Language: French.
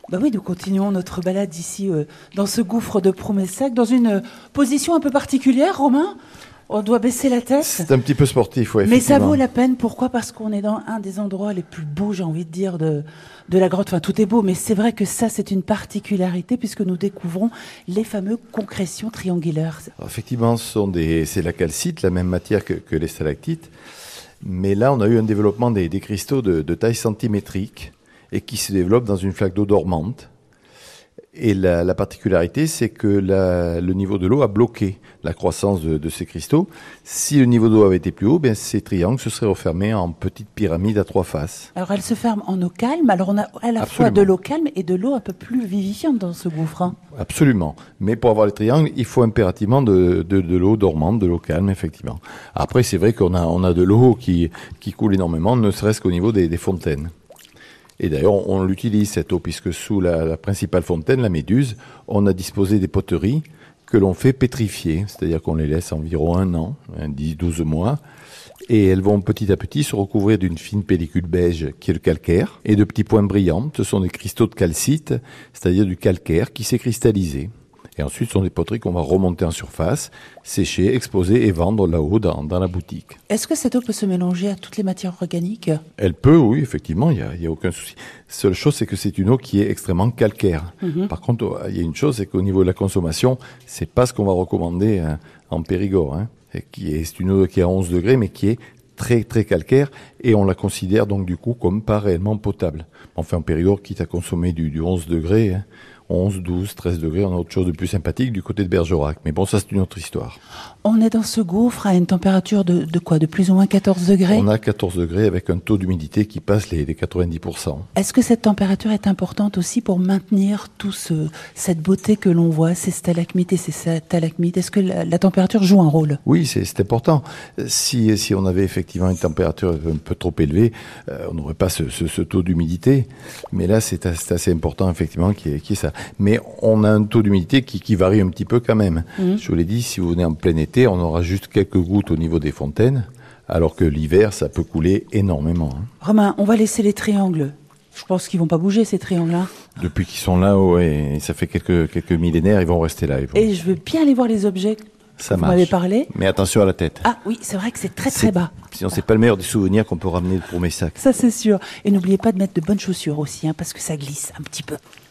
Bah oui, nous continuons notre balade ici dans ce gouffre de Promessac, dans une position un peu particulière, Romain. On doit baisser la tête. C'est un petit peu sportif, oui, Mais ça effectivement. vaut la peine. Pourquoi ? Parce qu'on est dans un des endroits les plus beaux, j'ai envie de dire, de la grotte. Enfin, tout est beau, mais c'est vrai que ça, c'est une particularité puisque nous découvrons les fameux concrétions triangulaires. Alors, effectivement, c'est la calcite, la même matière que les stalactites. Mais là, on a eu un développement des cristaux de taille centimétrique et qui se développent dans une flaque d'eau dormante. Et la particularité, c'est que le niveau de l'eau a bloqué la croissance de ces cristaux. Si le niveau d'eau avait été plus haut, bien, ces triangles se seraient refermés en petites pyramides à 3 faces. Alors, elle se ferme en eau calme. Alors, on a à la fois de l'eau calme et de l'eau un peu plus vivifiante dans ce gouffre. Hein. Absolument. Mais pour avoir les triangles, il faut impérativement de l'eau dormante, de l'eau calme, effectivement. Après, c'est vrai qu'on a de l'eau qui coule énormément, ne serait-ce qu'au niveau des fontaines. Et d'ailleurs, on l'utilise cette eau, puisque sous la principale fontaine, la Méduse, on a disposé des poteries que l'on fait pétrifier, c'est-à-dire qu'on les laisse environ 1 an, 10-12 mois, et elles vont petit à petit se recouvrir d'une fine pellicule beige qui est le calcaire, et de petits points brillants, ce sont des cristaux de calcite, c'est-à-dire du calcaire qui s'est cristallisé. Et ensuite, ce sont des poteries qu'on va remonter en surface, sécher, exposer et vendre là-haut dans la boutique. Est-ce que cette eau peut se mélanger à toutes les matières organiques ? Elle peut, oui, effectivement, il y a aucun souci. Seule chose, c'est que c'est une eau qui est extrêmement calcaire. Par contre, il y a une chose, c'est qu'au niveau de la consommation, c'est pas ce qu'on va recommander en Périgord. C'est une eau qui est à 11 degrés, mais qui est très, très calcaire, et on la considère donc du coup comme pas réellement potable. Enfin, en Périgord, quitte à consommer du 11 degrés, 11, 12, 13 degrés, on a autre chose de plus sympathique du côté de Bergerac. Mais bon, ça, c'est une autre histoire. On est dans ce gouffre à une température de quoi ? De plus ou moins 14 degrés ? On a 14 degrés avec un taux d'humidité qui passe les 90%. Est-ce que cette température est importante aussi pour maintenir cette beauté que l'on voit, ces stalagmites et ces stalagmites ? Est-ce que la température joue un rôle ? Oui, c'est important. Si on avait effectivement une température un peu trop élevée, on n'aurait pas ce taux d'humidité. Mais là, c'est assez important, effectivement, qu'il y ait ça. Mais on a un taux d'humidité qui varie un petit peu quand même. Je vous l'ai dit, si vous venez en plein été, on aura juste quelques gouttes au niveau des fontaines, alors que l'hiver, ça peut couler énormément. Romain, on va laisser les triangles. Je pense qu'ils vont pas bouger, ces triangles-là. Depuis qu'ils sont là, ouais, ça fait quelques millénaires, ils vont rester là. Et je veux bien aller voir les objets ça vous marche. m'avez parlé. Mais attention à la tête. Ah oui, c'est vrai que c'est très très bas. Sinon, c'est pas le meilleur des souvenirs qu'on peut ramener pour mes sacs. Ça, c'est sûr. Et n'oubliez pas de mettre de bonnes chaussures aussi, parce que ça glisse un petit peu.